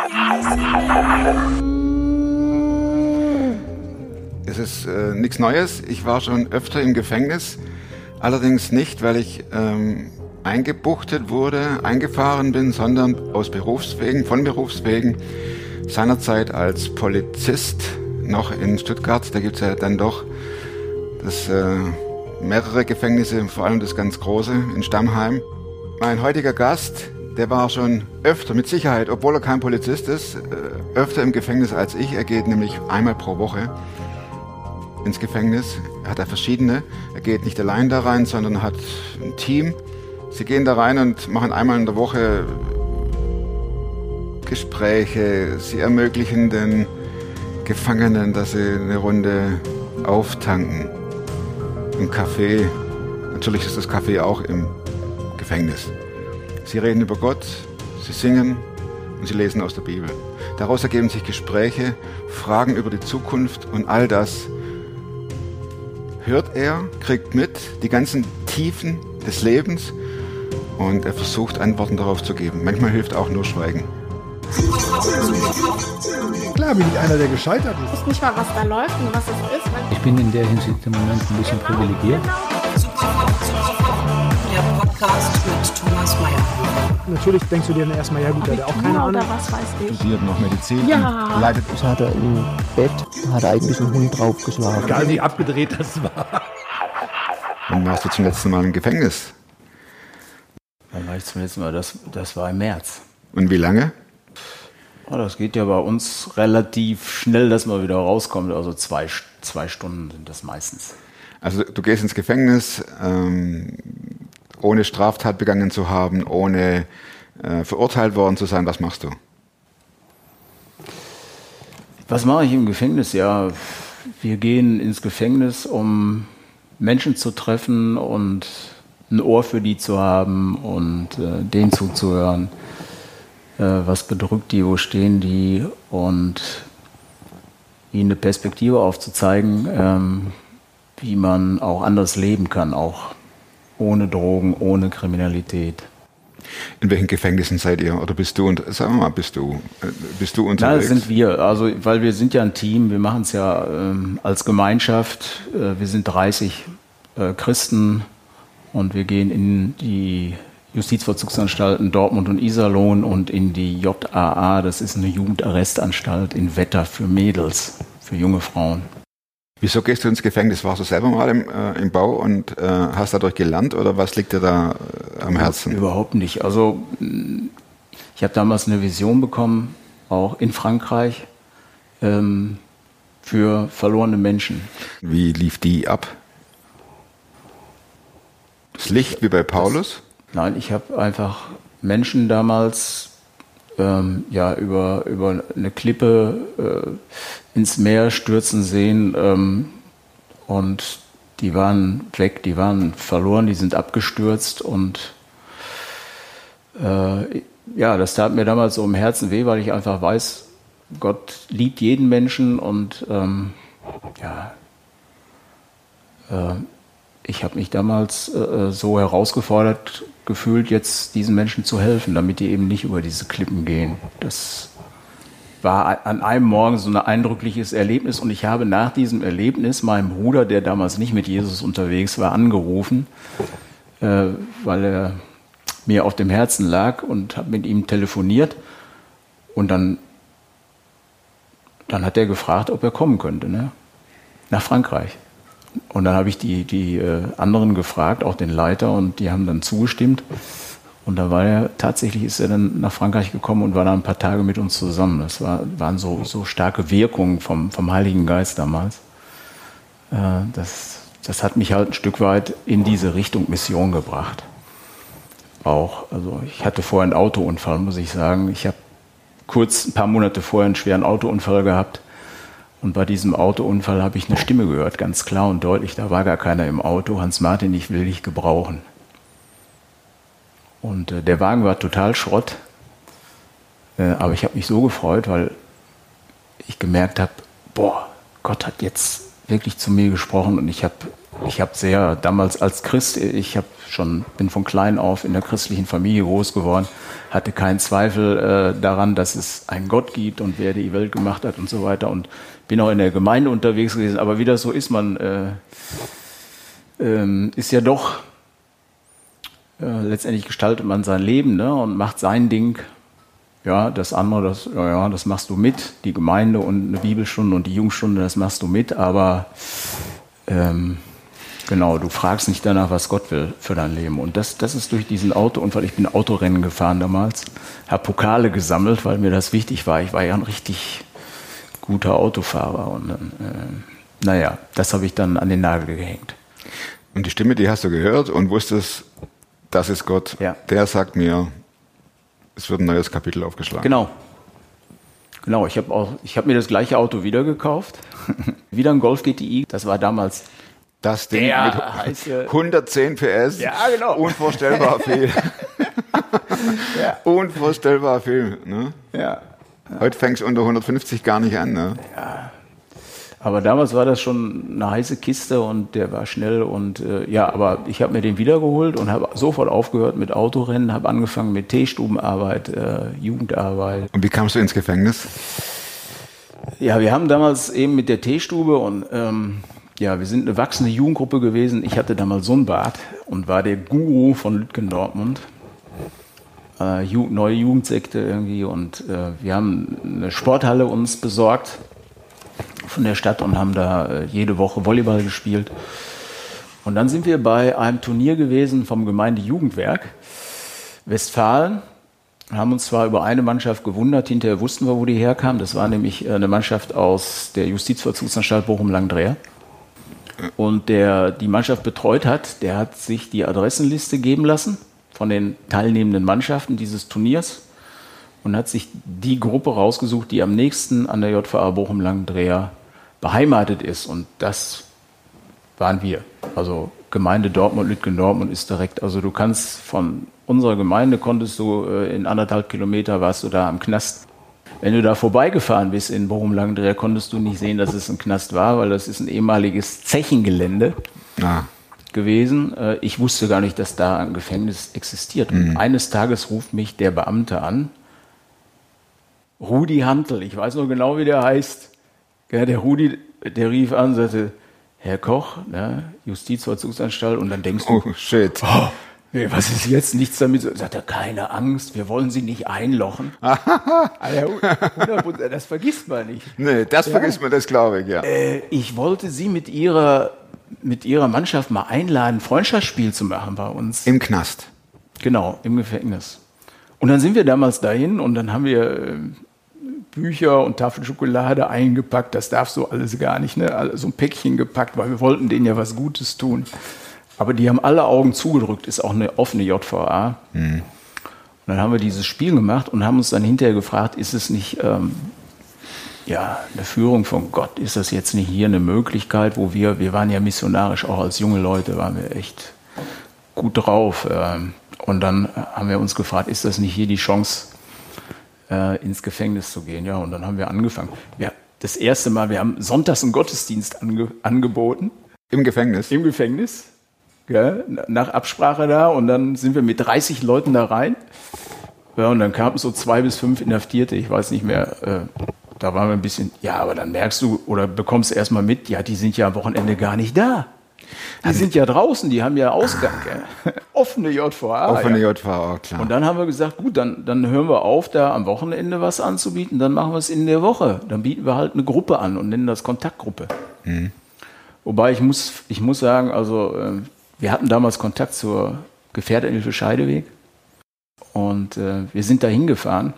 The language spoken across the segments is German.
Es ist nichts Neues. Ich war schon öfter im Gefängnis. Allerdings nicht, weil ich eingebuchtet wurde, eingefahren bin, sondern von Berufswegen. Seinerzeit als Polizist noch in Stuttgart. Da gibt es ja dann doch mehrere Gefängnisse, vor allem das ganz große in Stammheim. Mein heutiger Gast, der war schon öfter, mit Sicherheit, obwohl er kein Polizist ist, öfter im Gefängnis als ich. Er geht nämlich einmal pro Woche ins Gefängnis. Er hat verschiedene. Er geht nicht allein da rein, sondern hat ein Team. Sie gehen da rein und machen einmal in der Woche Gespräche. Sie ermöglichen den Gefangenen, dass sie eine Runde auftanken. Im Café. Natürlich ist das Café auch im Gefängnis. Sie reden über Gott, sie singen und sie lesen aus der Bibel. Daraus ergeben sich Gespräche, Fragen über die Zukunft und all das hört er, kriegt mit, die ganzen Tiefen des Lebens und er versucht Antworten darauf zu geben. Manchmal hilft auch nur Schweigen. Klar bin ich einer, der gescheitert ist. Ich weiß nicht mal, was da läuft und was es ist. Ich bin in der Hinsicht im Moment ein bisschen privilegiert. Der Podcast mit Thomas Mayer. Natürlich denkst du dir dann erstmal, ja gut, der hat auch keine Ahnung. Oder was weiß ich. Studiert noch Medizin. Ja. Leidet. Das hat er im Bett, hat eigentlich einen Hund draufgeschlagen. Egal wie abgedreht das war. Wann warst du zum letzten Mal im Gefängnis? Wann war ich zum letzten Mal? Das war im März. Und wie lange? Oh, das geht ja bei uns relativ schnell, dass man wieder rauskommt. Also zwei Stunden sind das meistens. Also du gehst ins Gefängnis, ohne Straftat begangen zu haben, ohne verurteilt worden zu sein. Was machst du? Was mache ich im Gefängnis? Ja, wir gehen ins Gefängnis, um Menschen zu treffen und ein Ohr für die zu haben und denen zuzuhören. Was bedrückt die, wo stehen die und ihnen eine Perspektive aufzuzeigen, wie man auch anders leben kann, auch ohne Drogen, ohne Kriminalität. In welchen Gefängnissen seid ihr? Oder bist du unterwegs? Na, das sind wir. Also, weil wir sind ja ein Team, wir machen es ja als Gemeinschaft. Wir sind 30 Christen und wir gehen in die Justizvollzugsanstalten Dortmund und Iserlohn und in die JAA, das ist eine Jugendarrestanstalt in Wetter für Mädels, für junge Frauen. Wieso gehst du ins Gefängnis? Warst du selber mal im Bau und hast dadurch gelernt oder was liegt dir da am Herzen? Überhaupt nicht. Also ich habe damals eine Vision bekommen, auch in Frankreich, für verlorene Menschen. Wie lief die ab? Das Licht wie bei Paulus? Nein, ich habe einfach Menschen damals über eine Klippe ins Meer stürzen sehen und die waren weg, die waren verloren, die sind abgestürzt und das tat mir damals so im Herzen weh, weil ich einfach weiß, Gott liebt jeden Menschen und ich habe mich damals so herausgefordert gefühlt, jetzt diesen Menschen zu helfen, damit die eben nicht über diese Klippen gehen. Das war an einem Morgen so ein eindrückliches Erlebnis und ich habe nach diesem Erlebnis meinen Bruder, der damals nicht mit Jesus unterwegs war, angerufen, weil er mir auf dem Herzen lag und habe mit ihm telefoniert und dann hat er gefragt, ob er kommen könnte, ne? Nach Frankreich. Und dann habe ich die anderen gefragt, auch den Leiter, und die haben dann zugestimmt. Und da ist er dann nach Frankreich gekommen und war da ein paar Tage mit uns zusammen. Das waren so starke Wirkungen vom Heiligen Geist damals. Das hat mich halt ein Stück weit in diese Richtung Mission gebracht. Auch, also ich hatte vorher einen Autounfall, muss ich sagen. Ich habe ein paar Monate vorher einen schweren Autounfall gehabt. Und bei diesem Autounfall habe ich eine Stimme gehört, ganz klar und deutlich. Da war gar keiner im Auto. Hans-Martin, ich will dich gebrauchen. Und der Wagen war total Schrott. Aber ich habe mich so gefreut, weil ich gemerkt habe, Gott hat jetzt wirklich zu mir gesprochen. Und ich habe ich habe damals als Christ, bin von klein auf in der christlichen Familie groß geworden, hatte keinen Zweifel daran, dass es einen Gott gibt und wer die Welt gemacht hat und so weiter, und bin auch in der Gemeinde unterwegs gewesen. Aber wie das so ist, man ist ja doch, letztendlich gestaltet man sein Leben, ne, und macht sein Ding. Ja, das andere, das machst du mit, die Gemeinde und eine Bibelstunde und die Jugendstunde, das machst du mit, aber genau, du fragst nicht danach, was Gott will für dein Leben. Und das ist durch diesen Autounfall, ich bin Autorennen gefahren damals, habe Pokale gesammelt, weil mir das wichtig war. Ich war ja ein richtig guter Autofahrer und das habe ich dann an den Nagel gehängt. Und die Stimme, die hast du gehört und wusstest, das ist Gott, ja. Der sagt mir, es wird ein neues Kapitel aufgeschlagen. Genau. Ich habe mir das gleiche Auto wieder gekauft. Wieder ein Golf GTI. Das war damals das Ding mit 110 PS. Ja, genau. Unvorstellbar viel. Ja. Unvorstellbar viel. Ne? Ja. Heute fängst du unter 150 gar nicht an. Ne? Ja. Aber damals war das schon eine heiße Kiste und der war schnell und aber ich habe mir den wiedergeholt und habe sofort aufgehört mit Autorennen, habe angefangen mit Teestubenarbeit, Jugendarbeit. Und wie kamst du ins Gefängnis? Ja, wir haben damals eben mit der Teestube und wir sind eine wachsende Jugendgruppe gewesen. Ich hatte damals so einen Bart und war der Guru von Lütgen Dortmund. Neue Jugendsekte irgendwie und wir haben eine Sporthalle uns besorgt von der Stadt und haben da jede Woche Volleyball gespielt. Und dann sind wir bei einem Turnier gewesen vom Gemeindejugendwerk Westfalen. Haben uns zwar über eine Mannschaft gewundert, hinterher wussten wir, wo die herkam. Das war nämlich eine Mannschaft aus der Justizvollzugsanstalt Bochum-Langendreher. Und der die Mannschaft betreut hat, der hat sich die Adressenliste geben lassen von den teilnehmenden Mannschaften dieses Turniers und hat sich die Gruppe rausgesucht, die am nächsten an der JVA Bochum-Langendreher beheimatet ist. Und das waren wir. Also Gemeinde Dortmund, Lütgen Dortmund ist direkt. Also du kannst von unserer Gemeinde, konntest du in 1,5 Kilometer warst du da am Knast. Wenn du da vorbeigefahren bist in Bochum-Langendreher, konntest du nicht sehen, dass es ein Knast war, weil das ist ein ehemaliges Zechengelände gewesen. Ich wusste gar nicht, dass da ein Gefängnis existiert. Und eines Tages ruft mich der Beamte an, Rudi Hantl, ich weiß noch genau, wie der heißt. Ja, der Rudi, der rief an und sagte, Herr Koch, ne, Justizvollzugsanstalt, und dann denkst du, oh shit. Oh, nee, was ist jetzt? Nichts damit. Sagt er, keine Angst, wir wollen Sie nicht einlochen. Alter, 100%, das vergisst man nicht. Nee, das vergisst man, das glaube ich, ja. Ich wollte Sie mit Ihrer Mannschaft mal einladen, Freundschaftsspiel zu machen bei uns. Im Knast. Genau, im Gefängnis. Und dann sind wir damals dahin und dann haben wir Bücher und Tafel Schokolade eingepackt. Das darfst du alles gar nicht, ne? So ein Päckchen gepackt, weil wir wollten denen ja was Gutes tun. Aber die haben alle Augen zugedrückt, ist auch eine offene JVA. Und dann haben wir dieses Spiel gemacht und haben uns dann hinterher gefragt, ist es nicht eine Führung von Gott, ist das jetzt nicht hier eine Möglichkeit, wo wir waren ja missionarisch, auch als junge Leute waren wir echt gut drauf. Und dann haben wir uns gefragt, ist das nicht hier die Chance, ins Gefängnis zu gehen? Ja, und dann haben wir angefangen. Ja, das erste Mal, wir haben sonntags einen Gottesdienst angeboten. Im Gefängnis? Im Gefängnis. Ja, nach Absprache da, und dann sind wir mit 30 Leuten da rein. Ja, und dann kamen so 2 bis 5 Inhaftierte, ich weiß nicht mehr. Da waren wir ein bisschen, aber dann merkst du oder bekommst erstmal mit, die sind ja am Wochenende gar nicht da. Die sind ja draußen, die haben ja Ausgang. Offene JVA. Offene JVA, klar. Und dann haben wir gesagt, gut, dann hören wir auf, da am Wochenende was anzubieten, dann machen wir es in der Woche. Dann bieten wir halt eine Gruppe an und nennen das Kontaktgruppe. Wobei ich muss sagen, also wir hatten damals Kontakt zur Gefährderhilfe Scheideweg und wir sind da hingefahren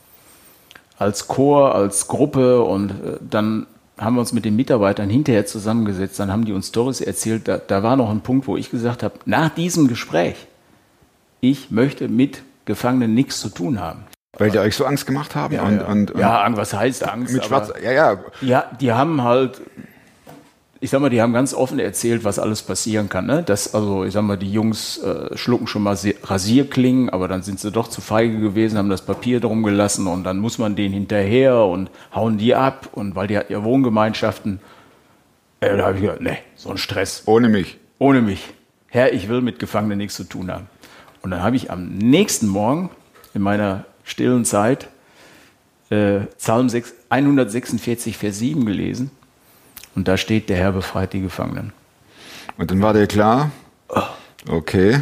als Chor, als Gruppe, und dann haben wir uns mit den Mitarbeitern hinterher zusammengesetzt, dann haben die uns Storys erzählt, da war noch ein Punkt, wo ich gesagt habe, nach diesem Gespräch, ich möchte mit Gefangenen nichts zu tun haben. Weil die euch so Angst gemacht haben? Was heißt Angst? Mit Schwarz, Ja, die haben halt, ich sag mal, die haben ganz offen erzählt, was alles passieren kann. Ne? Die Jungs schlucken schon mal Rasierklingen, aber dann sind sie doch zu feige gewesen, haben das Papier drum gelassen und dann muss man denen hinterher und hauen die ab. Und weil die hatten ja Wohngemeinschaften, da habe ich gedacht, nee, so ein Stress. Ohne mich. ohne mich. Herr, ich will mit Gefangenen nichts zu tun haben. Und dann habe ich am nächsten Morgen in meiner stillen Zeit Psalm 146, Vers 7 gelesen. Und da steht, der Herr befreit die Gefangenen. Und dann war dir klar, okay.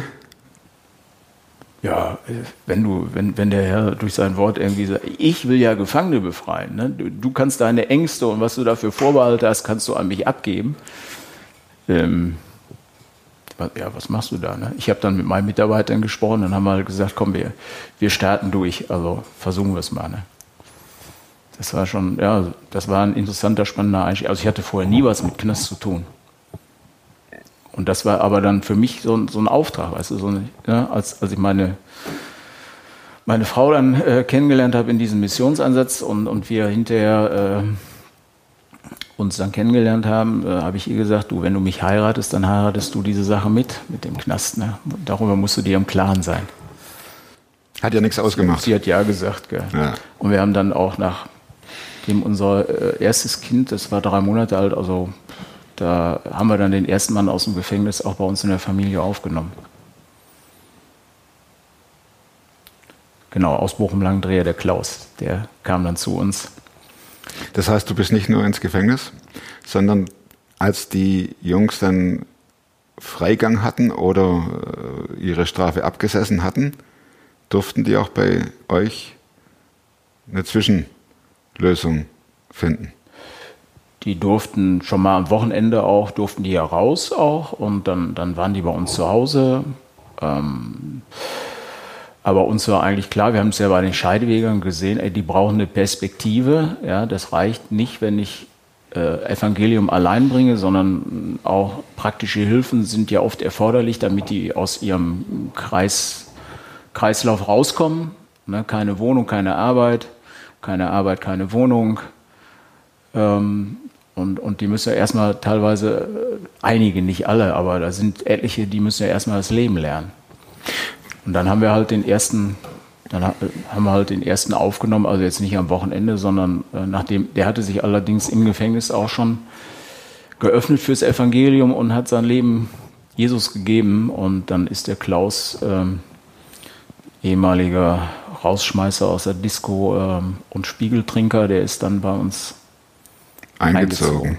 Ja, wenn der Herr durch sein Wort irgendwie sagt, ich will ja Gefangene befreien. Ne? Du kannst deine Ängste und was du dafür Vorbehalte hast, kannst du an mich abgeben. Was machst du da? Ne? Ich habe dann mit meinen Mitarbeitern gesprochen und haben halt gesagt, komm, wir starten durch. Also versuchen wir es mal. Ne? Das war schon, ja, das war ein interessanter, spannender Einstieg. Also ich hatte vorher nie was mit Knast zu tun. Und das war aber dann für mich so ein Auftrag, weißt du, als ich meine Frau dann kennengelernt habe in diesem Missionsansatz und wir hinterher uns dann kennengelernt haben, habe ich ihr gesagt, du, wenn du mich heiratest, dann heiratest du diese Sache mit dem Knast. Ne? Darüber musst du dir im Klaren sein. Hat ja nichts ausgemacht. Sie hat ja gesagt. Gell? Ja. Und wir haben dann auch nachdem unser erstes Kind, das war 3 Monate alt, also da haben wir dann den ersten Mann aus dem Gefängnis auch bei uns in der Familie aufgenommen. Genau, aus Bochum-Langendreher, der Klaus, der kam dann zu uns. Das heißt, du bist nicht nur ins Gefängnis, sondern als die Jungs dann Freigang hatten oder ihre Strafe abgesessen hatten, durften die auch bei euch eine Zwischenlösung finden? Die durften schon mal am Wochenende durften die ja raus auch und dann waren die bei uns zu Hause. Aber uns war eigentlich klar, wir haben es ja bei den Scheidewegern gesehen, die brauchen eine Perspektive. Ja, das reicht nicht, wenn ich Evangelium allein bringe, sondern auch praktische Hilfen sind ja oft erforderlich, damit die aus ihrem Kreislauf rauskommen. Ne, keine Wohnung, keine Arbeit, keine Wohnung. Und die müssen ja erstmal teilweise, einige, nicht alle, aber da sind etliche, die müssen ja erstmal das Leben lernen. Und dann haben wir halt den ersten aufgenommen, also jetzt nicht am Wochenende, sondern der hatte sich allerdings im Gefängnis auch schon geöffnet fürs Evangelium und hat sein Leben Jesus gegeben. Und dann ist der Klaus, ehemaliger Rausschmeißer aus der Disco und Spiegeltrinker, der ist dann bei uns eingezogen.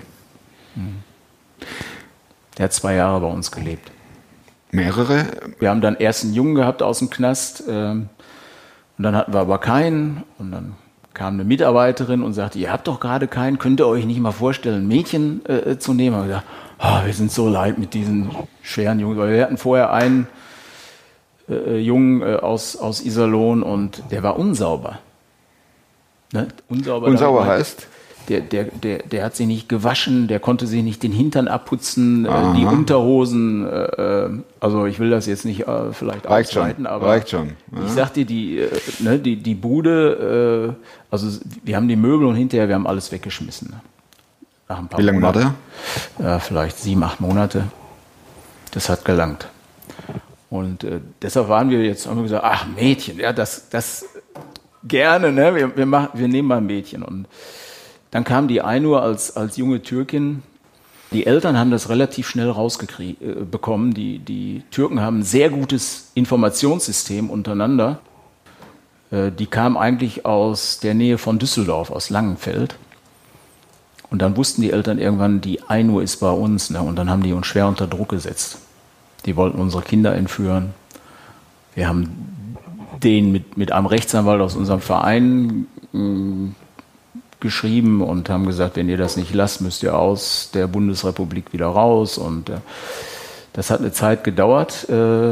Der hat 2 Jahre bei uns gelebt. Mehrere? Wir haben dann erst einen Jungen gehabt aus dem Knast und dann hatten wir aber keinen und dann kam eine Mitarbeiterin und sagte, ihr habt doch gerade keinen, könnt ihr euch nicht mal vorstellen, ein Mädchen zu nehmen? Und wir gesagt, wir sind so leid mit diesen schweren Jungen, weil wir hatten vorher einen Jungen aus Iserlohn und der war unsauber. Ne? Unsauber heißt? Der hat sich nicht gewaschen, der konnte sich nicht den Hintern abputzen, die Unterhosen, also ich will das jetzt nicht vielleicht ausweiten, aber reicht schon. Ja. Ich sag dir, die Bude, also wir haben die Möbel und hinterher, wir haben alles weggeschmissen. Nach ein paar Wie lange war der? Vielleicht 7, 8 Monate. Das hat gelangt. Und deshalb haben wir gesagt, ach Mädchen, ja, das gerne, ne? Wir nehmen mal ein Mädchen. Und dann kam die Aynur als junge Türkin. Die Eltern haben das relativ schnell rausbekommen. Die Türken haben ein sehr gutes Informationssystem untereinander. Die kam eigentlich aus der Nähe von Düsseldorf, aus Langenfeld. Und dann wussten die Eltern irgendwann, die Aynur ist bei uns. Ne? Und dann haben die uns schwer unter Druck gesetzt. Die wollten unsere Kinder entführen. Wir haben den mit einem Rechtsanwalt aus unserem Verein geschrieben und haben gesagt, wenn ihr das nicht lasst, müsst ihr aus der Bundesrepublik wieder raus. Und das hat eine Zeit gedauert.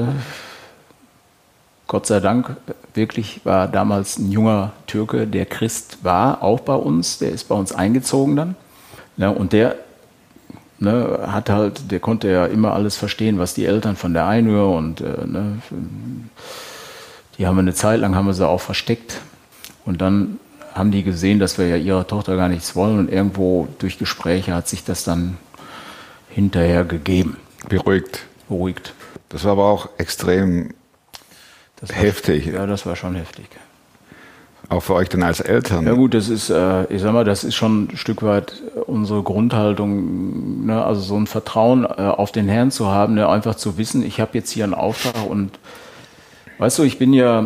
Gott sei Dank, wirklich war damals ein junger Türke, der Christ war, auch bei uns. Der ist bei uns eingezogen dann. Ja, und der der konnte ja immer alles verstehen, was die Eltern von der Aynur und die haben wir eine Zeit lang, haben wir sie auch versteckt. Und dann haben die gesehen, dass wir ja ihrer Tochter gar nichts wollen und irgendwo durch Gespräche hat sich das dann hinterher gegeben. Beruhigt. Das war aber auch extrem heftig. Ja, das war schon heftig. Auch für euch dann als Eltern. Ja gut, das ist, ich sag mal, das ist schon ein Stück weit unsere Grundhaltung, ne? Also so ein Vertrauen auf den Herrn zu haben, ne? Einfach zu wissen, ich habe jetzt hier einen Auftrag und weißt du, ich bin ja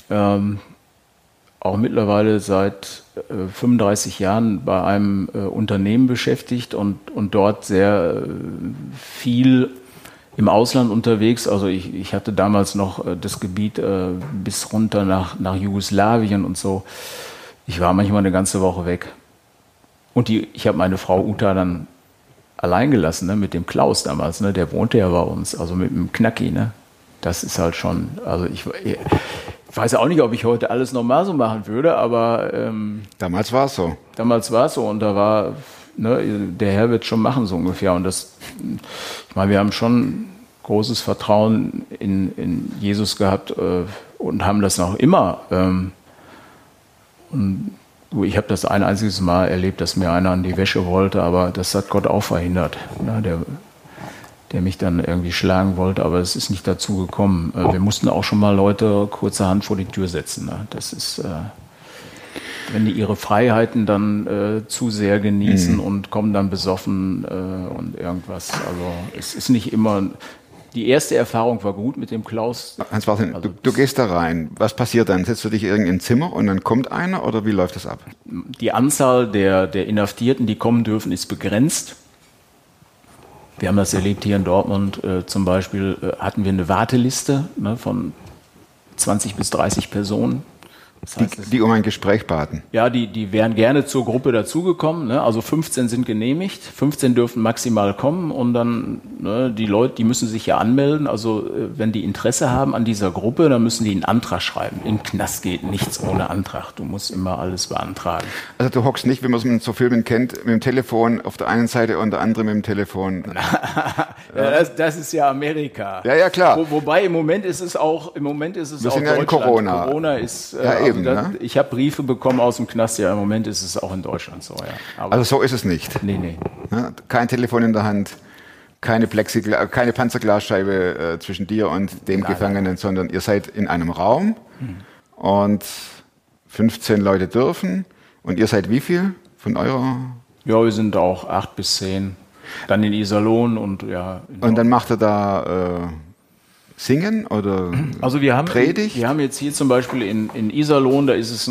auch mittlerweile seit 35 Jahren bei einem Unternehmen beschäftigt und dort sehr viel im Ausland unterwegs. Also ich hatte damals noch das Gebiet bis runter nach Jugoslawien und so. Ich war manchmal eine ganze Woche weg. Und ich habe meine Frau Uta dann allein gelassen, ne, mit dem Klaus damals. Ne, der wohnte ja bei uns, also mit dem Knacki. Ne. Das ist halt schon, also ich weiß auch nicht, ob ich heute alles normal so machen würde, aber damals war es so. Damals war es so und da war, ne, der Herr wird schon machen, so ungefähr. Und das, ich meine, wir haben schon großes Vertrauen in Jesus gehabt und haben das noch immer. Und ich habe das ein einziges Mal erlebt, dass mir einer an die Wäsche wollte, aber das hat Gott auch verhindert. Ne, der mich dann irgendwie schlagen wollte, aber es ist nicht dazu gekommen. Wir mussten auch schon mal Leute kurzerhand vor die Tür setzen. Ne? Das ist, wenn die ihre Freiheiten dann zu sehr genießen und kommen dann besoffen und irgendwas. Also es ist nicht immer... Die erste Erfahrung war gut mit dem Klaus. Hans-Martin, also, du gehst da rein. Was passiert dann? Setzt du dich irgendwie in ein Zimmer und dann kommt einer oder wie läuft das ab? Die Anzahl der Inhaftierten, die kommen dürfen, ist begrenzt. Wir haben das erlebt hier in Dortmund. Zum Beispiel hatten wir eine Warteliste, ne, von 20 bis 30 Personen. Das heißt, die um ein Gespräch baten. Ja, die wären gerne zur Gruppe dazugekommen. Ne? Also 15 sind genehmigt, 15 dürfen maximal kommen und dann, ne, die Leute, die müssen sich ja anmelden. Also wenn die Interesse haben an dieser Gruppe, dann müssen die einen Antrag schreiben. Im Knast geht nichts ohne Antrag. Du musst immer alles beantragen. Also du hockst nicht, wie man es in so Filmen kennt, mit dem Telefon auf der einen Seite und der andere mit dem Telefon. Ja, das ist ja Amerika. Ja, klar. Wobei im Moment ist es auch Wir auch sind ja in Deutschland. Corona. Corona ist Ja, eben, ne? Ich habe Briefe bekommen aus dem Knast, ja, im Moment ist es auch in Deutschland so, ja. Aber Also so ist es nicht. nee. Ja, kein Telefon in der Hand, keine Panzerglasscheibe zwischen dir und dem Gefangenen, sondern ihr seid in einem Raum und 15 Leute dürfen. Und ihr seid wie viel von eurer? Ja, wir sind auch 8 bis 10. Dann in Iserlohn und ja. Und dann macht er da Singen oder also wir haben Predigt? Wir haben jetzt hier zum Beispiel in Iserlohn, da ist es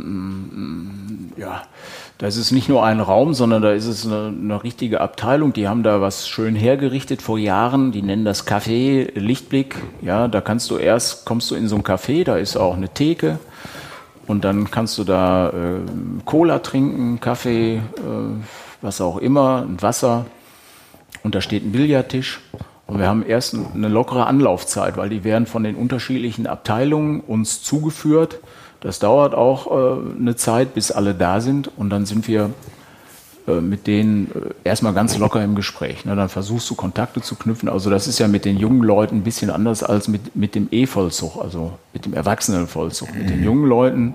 da ist es nicht nur ein Raum, sondern da ist es eine richtige Abteilung. Die haben da was schön hergerichtet vor Jahren. Die nennen das Café Lichtblick. Ja, da kommst du in so ein Café, da ist auch eine Theke. Und dann kannst du da Cola trinken, Kaffee, was auch immer, ein Wasser. Und da steht ein Billardtisch. Und wir haben erst eine lockere Anlaufzeit, weil die werden von den unterschiedlichen Abteilungen uns zugeführt. Das dauert auch eine Zeit, bis alle da sind. Und dann sind wir mit denen erstmal ganz locker im Gespräch. Ne? Dann versuchst du Kontakte zu knüpfen. Also das ist ja mit den jungen Leuten ein bisschen anders als mit dem E-Vollzug, also mit dem Erwachsenenvollzug. Mit den jungen Leuten,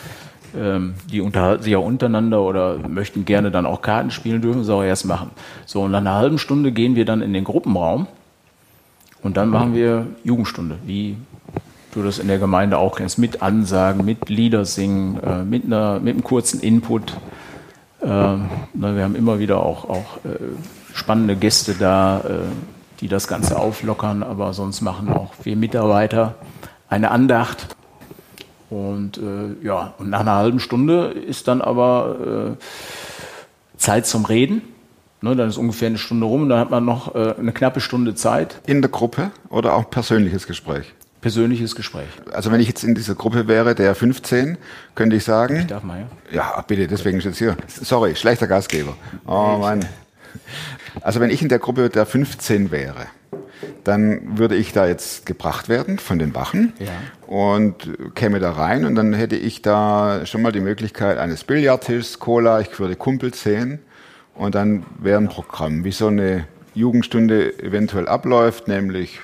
die unterhalten sich ja untereinander oder möchten gerne dann auch Karten spielen, dürfen sie auch erst machen. So, und nach einer halben Stunde gehen wir dann in den Gruppenraum und dann machen wir Jugendstunde, wie du das in der Gemeinde auch kennst, mit Ansagen, mit Lieder singen, mit einem kurzen Input. Wir haben immer wieder auch spannende Gäste da, die das Ganze auflockern, aber sonst machen auch wir Mitarbeiter eine Andacht. Und und nach einer halben Stunde ist dann aber Zeit zum Reden. Ne, dann ist ungefähr eine Stunde rum und dann hat man noch eine knappe Stunde Zeit. In der Gruppe oder auch persönliches Gespräch? Persönliches Gespräch. Also wenn ich jetzt in dieser Gruppe wäre, der 15, könnte ich sagen... Ich darf mal, ja? Ja, bitte, deswegen steht es hier. Sorry, schlechter Gastgeber. Oh Mann. Also wenn ich in der Gruppe der 15 wäre, dann würde ich da jetzt gebracht werden von den Wachen und käme da rein und dann hätte ich da schon mal die Möglichkeit eines Billardtischs, Cola, ich würde Kumpels sehen und dann wäre ein Programm, wie so eine Jugendstunde eventuell abläuft, nämlich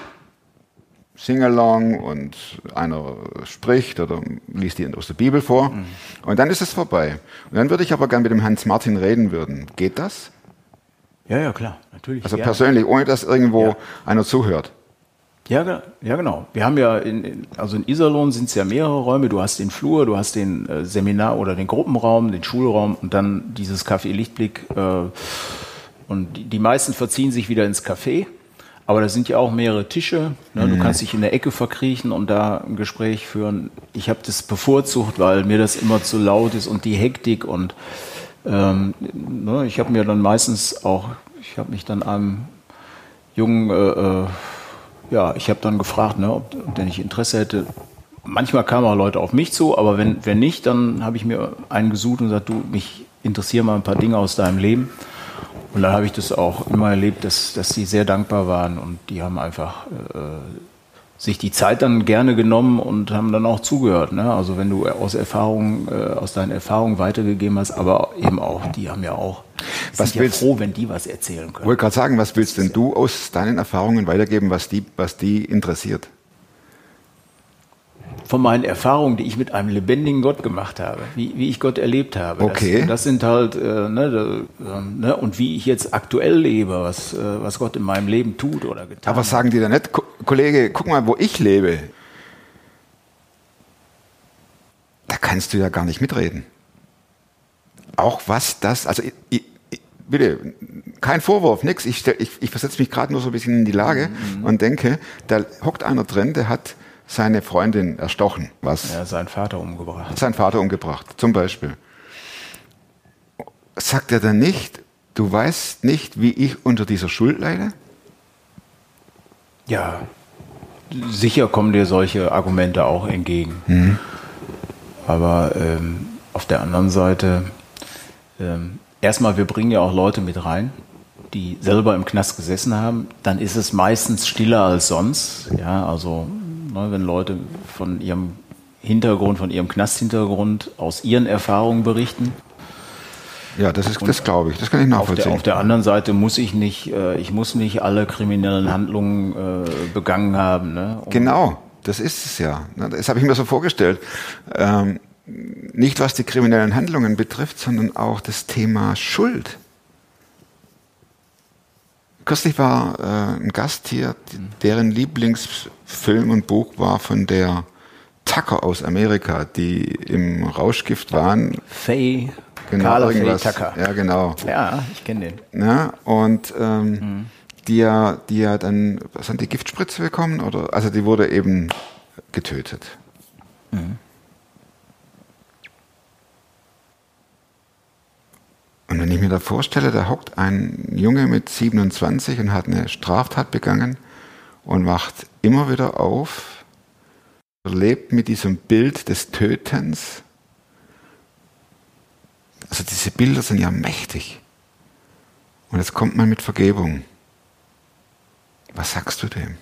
Sing-along und einer spricht oder liest die aus der Bibel vor und dann ist es vorbei. Und dann würde ich aber gerne mit dem Hans-Martin reden würden. Geht das? Ja, klar, natürlich. Also persönlich, ohne dass irgendwo einer zuhört. Ja, genau. Wir haben ja, also in Iserlohn sind es ja mehrere Räume. Du hast den Flur, du hast den Seminar- oder den Gruppenraum, den Schulraum und dann dieses Café Lichtblick. Und die meisten verziehen sich wieder ins Café. Aber da sind ja auch mehrere Tische. Ne? Du kannst dich in der Ecke verkriechen und da ein Gespräch führen. Ich habe das bevorzugt, weil mir das immer zu laut ist und die Hektik. Und ne? Ich habe mir dann meistens auch, ich habe mich dann einem jungen ich habe dann gefragt, ne, ob der nicht Interesse hätte. Manchmal kamen auch Leute auf mich zu, aber wenn nicht, dann habe ich mir einen gesucht und gesagt, du, mich interessieren mal ein paar Dinge aus deinem Leben. Und dann habe ich das auch immer erlebt, dass die sehr dankbar waren und die haben einfach sich die Zeit dann gerne genommen und haben dann auch zugehört. Ne? Also wenn du aus deinen Erfahrungen weitergegeben hast, aber eben auch, die haben ja auch, sind ja froh, wenn die was erzählen können. Ich wollte gerade sagen, was willst denn du aus deinen Erfahrungen weitergeben, was die interessiert? Von meinen Erfahrungen, die ich mit einem lebendigen Gott gemacht habe, wie ich Gott erlebt habe. Okay. Das sind halt, und wie ich jetzt aktuell lebe, was Gott in meinem Leben tut oder getan hat. Aber sagen die da nicht, Kollege, guck mal, wo ich lebe. Da kannst du ja gar nicht mitreden. Auch was das, also bitte, kein Vorwurf, nix. Ich versetze mich gerade nur so ein bisschen in die Lage und denke, da hockt einer drin, der hat seine Freundin erstochen. Was? Ja, seinen Vater umgebracht. Sein Vater umgebracht, zum Beispiel. Sagt er dann nicht, du weißt nicht, wie ich unter dieser Schuld leide? Ja, sicher kommen dir solche Argumente auch entgegen. Aber auf der anderen Seite, erstmal, wir bringen ja auch Leute mit rein, die selber im Knast gesessen haben. Dann ist es meistens stiller als sonst. Ja, also wenn Leute von ihrem Hintergrund, von ihrem Knasthintergrund aus ihren Erfahrungen berichten. Ja, das glaube ich, das kann ich nachvollziehen. Auf der anderen Seite muss ich nicht alle kriminellen Handlungen begangen haben. Ne? Genau, das ist es ja. Das habe ich mir so vorgestellt. Nicht was die kriminellen Handlungen betrifft, sondern auch das Thema Schuld. Kürzlich war ein Gast hier, deren Lieblingsfilm und Buch war von der Tucker aus Amerika, die im Rauschgift waren. Faye, genau, Carla Faye Tucker. Ja, genau. Ja, ich kenne den. Ja, und die ja dann, was haben die Giftspritze bekommen? Oder? Also die wurde eben getötet. Und wenn ich mir da vorstelle, da hockt ein Junge mit 27 und hat eine Straftat begangen und wacht immer wieder auf, lebt mit diesem Bild des Tötens. Also diese Bilder sind ja mächtig. Und jetzt kommt man mit Vergebung. Was sagst du dem?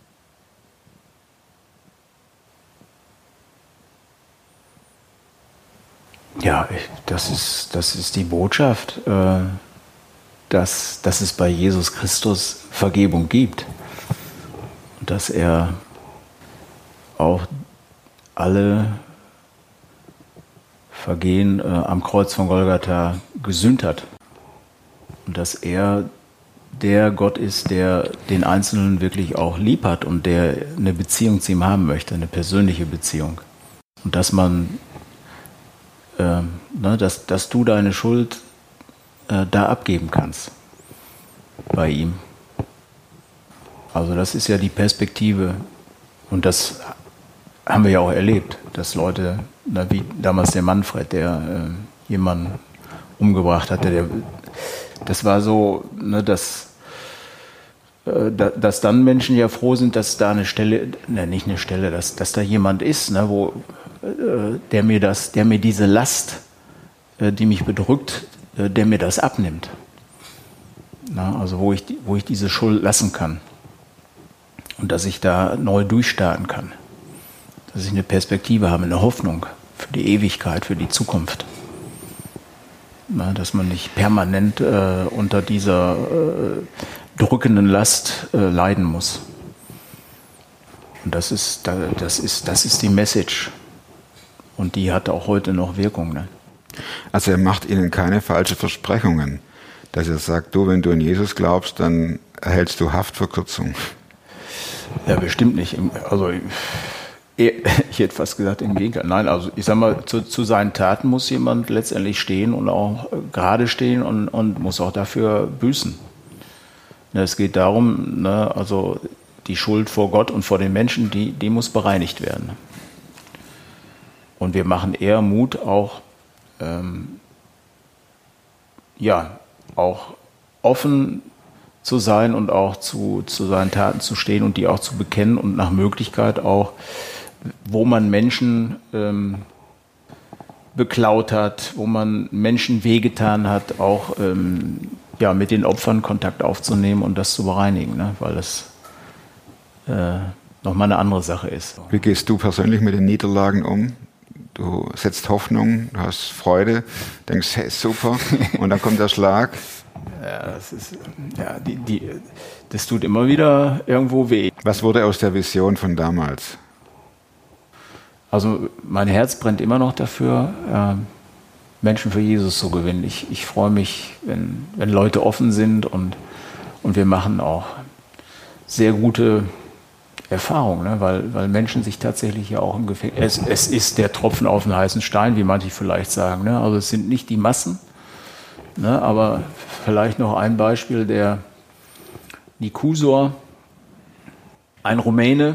Ja, das ist die Botschaft, dass es bei Jesus Christus Vergebung gibt. Und dass er auch alle Vergehen am Kreuz von Golgatha gesühnt hat. Und dass er der Gott ist, der den Einzelnen wirklich auch lieb hat und der eine Beziehung zu ihm haben möchte, eine persönliche Beziehung. Und dass man dass du deine Schuld da abgeben kannst bei ihm. Also das ist ja die Perspektive und das haben wir ja auch erlebt, dass Leute, wie damals der Manfred, der jemanden umgebracht hatte, das war so, dass dann Menschen ja froh sind, dass da eine Stelle, dass da jemand ist, der mir diese Last, die mich bedrückt, der mir das abnimmt. Also wo ich diese Schuld lassen kann. Und dass ich da neu durchstarten kann. Dass ich eine Perspektive habe, eine Hoffnung für die Ewigkeit, für die Zukunft. Dass man nicht permanent unter dieser drückenden Last leiden muss. Und das ist die Message. Und die hat auch heute noch Wirkung. Ne? Also er macht ihnen keine falschen Versprechungen. Dass er sagt, wenn du an Jesus glaubst, dann erhältst du Haftverkürzung. Ja, bestimmt nicht. Also ich hätte fast gesagt im Gegenteil. Nein, also ich sag mal, zu seinen Taten muss jemand letztendlich stehen und auch gerade stehen und muss auch dafür büßen. Es geht darum, ne, also die Schuld vor Gott und vor den Menschen, die muss bereinigt werden. Und wir machen eher Mut, auch auch offen zu sein und auch zu seinen Taten zu stehen und die auch zu bekennen und nach Möglichkeit auch, wo man Menschen beklaut hat, wo man Menschen wehgetan hat, auch mit den Opfern Kontakt aufzunehmen und das zu bereinigen, ne? Weil das nochmal eine andere Sache ist. Wie gehst du persönlich mit den Niederlagen um? Du setzt Hoffnung, du hast Freude, denkst, hey, super, und dann kommt der Schlag. Ja, das tut immer wieder irgendwo weh. Was wurde aus der Vision von damals? Also mein Herz brennt immer noch dafür, Menschen für Jesus zu gewinnen. Ich freue mich, wenn Leute offen sind und wir machen auch sehr gute Erfahrungen, ne? Weil Menschen sich tatsächlich ja auch im Gefängnis... Es ist der Tropfen auf den heißen Stein, wie manche vielleicht sagen, ne? Also es sind nicht die Massen, ne? Aber vielleicht noch ein Beispiel, der Nikusor, ein Rumäne,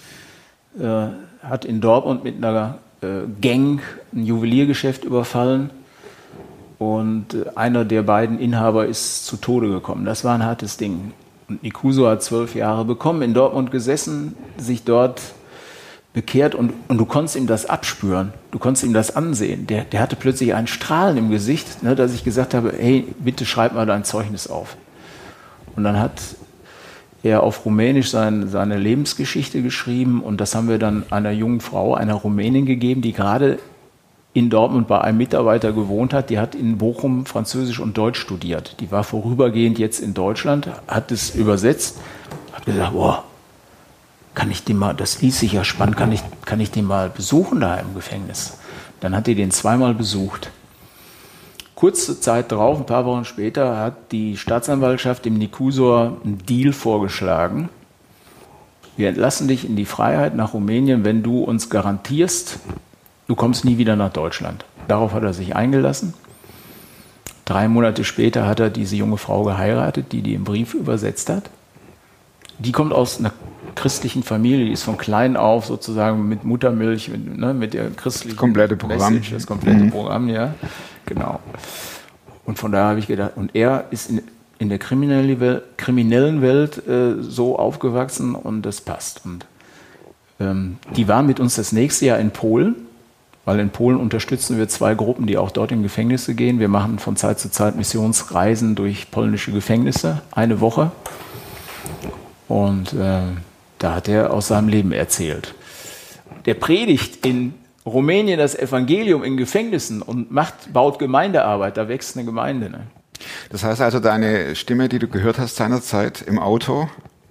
hat in Dortmund mit einer Gang ein Juweliergeschäft überfallen und einer der beiden Inhaber ist zu Tode gekommen. Das war ein hartes Ding. Und Nikusor hat 12 Jahre bekommen, in Dortmund gesessen, sich dort bekehrt und du konntest ihm das abspüren, du konntest ihm das ansehen. Der hatte plötzlich ein Strahlen im Gesicht, ne, dass ich gesagt habe, hey, bitte schreib mal dein Zeugnis auf. Und dann hat er auf Rumänisch seine Lebensgeschichte geschrieben und das haben wir dann einer jungen Frau, einer Rumänin gegeben, die gerade in Dortmund bei einem Mitarbeiter gewohnt hat. Die hat in Bochum Französisch und Deutsch studiert. Die war vorübergehend jetzt in Deutschland, hat es übersetzt, hat gesagt, boah, kann ich den mal, das ließ sich ja spannend, kann ich den mal besuchen da im Gefängnis? Dann hat die den zweimal besucht. Kurze Zeit drauf, ein paar Wochen später, hat die Staatsanwaltschaft dem Nikusor einen Deal vorgeschlagen. Wir entlassen dich in die Freiheit nach Rumänien, wenn du uns garantierst, du kommst nie wieder nach Deutschland. Darauf hat er sich eingelassen. 3 Monate später hat er diese junge Frau geheiratet, die den Brief übersetzt hat. Die kommt aus einer christlichen Familie, die ist von klein auf sozusagen mit Muttermilch, mit der christlichen komplette Programm. Message, das komplette Programm, ja, genau. Und von daher habe ich gedacht, und er ist in der kriminellen Welt so aufgewachsen und das passt. Und die waren mit uns das nächste Jahr in Polen, weil in Polen unterstützen wir 2 Gruppen, die auch dort in Gefängnisse gehen. Wir machen von Zeit zu Zeit Missionsreisen durch polnische Gefängnisse, 1 Woche. Und da hat er aus seinem Leben erzählt. Der predigt in Rumänien das Evangelium in Gefängnissen und baut Gemeindearbeit, da wächst eine Gemeinde. Ne? Das heißt also, deine Stimme, die du gehört hast seinerzeit im Auto,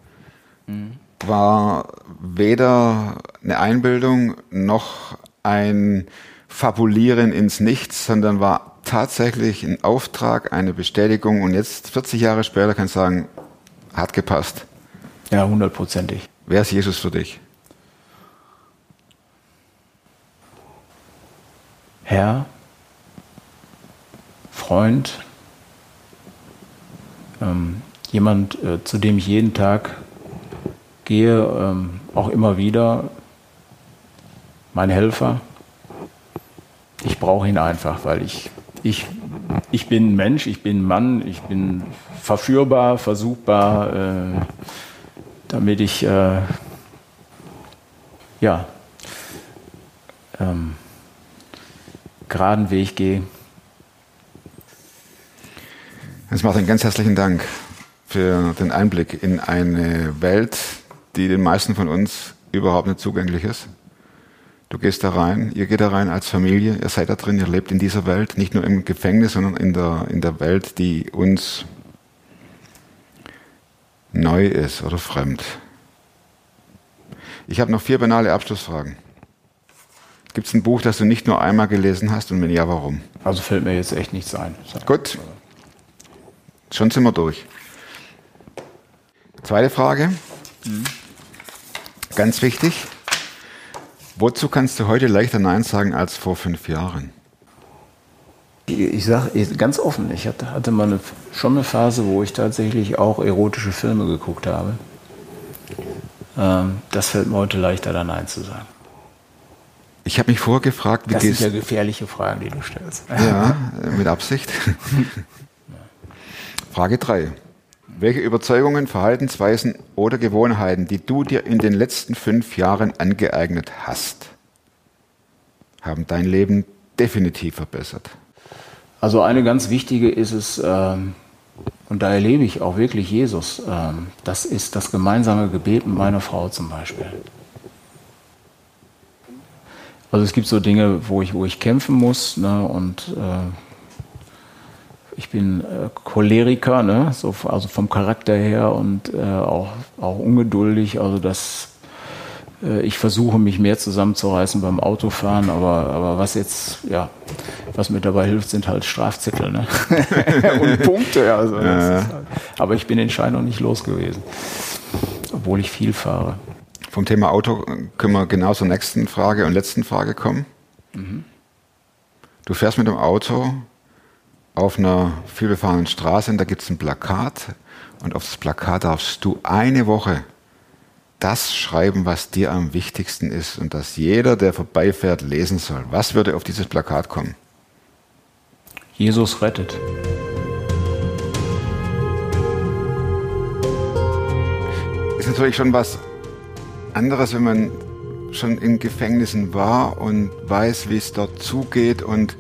war weder eine Einbildung noch ein Fabulieren ins Nichts, sondern war tatsächlich ein Auftrag, eine Bestätigung und jetzt 40 Jahre später kann ich sagen, hat gepasst. Ja, 100%. Wer ist Jesus für dich? Herr, Freund, jemand, zu dem ich jeden Tag gehe, auch immer wieder, mein Helfer. Ich brauche ihn einfach, weil ich bin ein Mensch, ich bin ein Mann, ich bin verführbar, versuchbar, damit ich geraden Weg gehe. Hans-Martin, ganz herzlichen Dank für den Einblick in eine Welt, die den meisten von uns überhaupt nicht zugänglich ist. Du gehst da rein, ihr geht da rein als Familie, ihr seid da drin, ihr lebt in dieser Welt, nicht nur im Gefängnis, sondern in der Welt, die uns neu ist oder fremd. Ich habe noch 4 banale Abschlussfragen. Gibt es ein Buch, das du nicht nur einmal gelesen hast und wenn ja, warum? Also fällt mir jetzt echt nichts ein. Gut, schon sind wir durch. Zweite Frage. Ganz wichtig, wozu kannst du heute leichter Nein sagen als vor 5 Jahren? Ich sage ganz offen, ich hatte mal schon eine Phase, wo ich tatsächlich auch erotische Filme geguckt habe. Das fällt mir heute leichter, da Nein zu sagen. Ich habe mich vorher gefragt, das sind ja gefährliche Fragen, die du stellst. Ja, mit Absicht. Frage 3. Welche Überzeugungen, Verhaltensweisen oder Gewohnheiten, die du dir in den letzten 5 Jahren angeeignet hast, haben dein Leben definitiv verbessert? Also eine ganz wichtige ist es, und da erlebe ich auch wirklich Jesus, das ist das gemeinsame Gebet mit meiner Frau zum Beispiel. Also es gibt so Dinge, wo ich kämpfen muss, ne, und ich bin Choleriker, ne, so, also vom Charakter her und auch ungeduldig, also ich versuche mich mehr zusammenzureißen beim Autofahren, aber was mir dabei hilft, sind halt Strafzettel, ne? Und Punkte. Also aber ich bin den Schein noch nicht los gewesen, obwohl ich viel fahre. Vom Thema Auto können wir genau zur nächsten Frage und letzten Frage kommen. Mhm. Du fährst mit dem Auto auf einer vielbefahrenen Straße und da gibt es ein Plakat und auf das Plakat darfst du eine Woche das schreiben, was dir am wichtigsten ist und das jeder, der vorbeifährt, lesen soll. Was würde auf dieses Plakat kommen? Jesus rettet. Ist natürlich schon was anderes, wenn man schon in Gefängnissen war und weiß, wie es dort zugeht und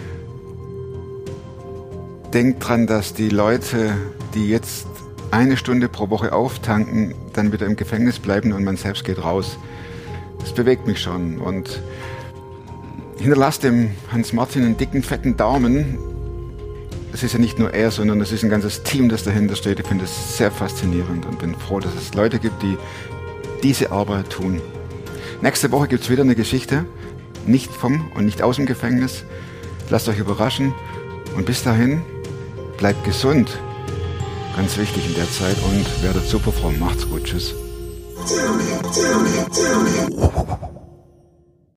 denkt dran, dass die Leute, die jetzt 1 Stunde pro Woche auftanken, dann wieder im Gefängnis bleiben und man selbst geht raus. Das bewegt mich schon und hinterlasst dem Hans-Martin einen dicken, fetten Daumen. Es ist ja nicht nur er, sondern es ist ein ganzes Team, das dahinter steht. Ich finde es sehr faszinierend und bin froh, dass es Leute gibt, die diese Arbeit tun. Nächste Woche gibt es wieder eine Geschichte, nicht vom und nicht aus dem Gefängnis. Lasst euch überraschen und bis dahin bleibt gesund. Ganz wichtig in der Zeit und werdet super fromm. Macht's gut. Tschüss.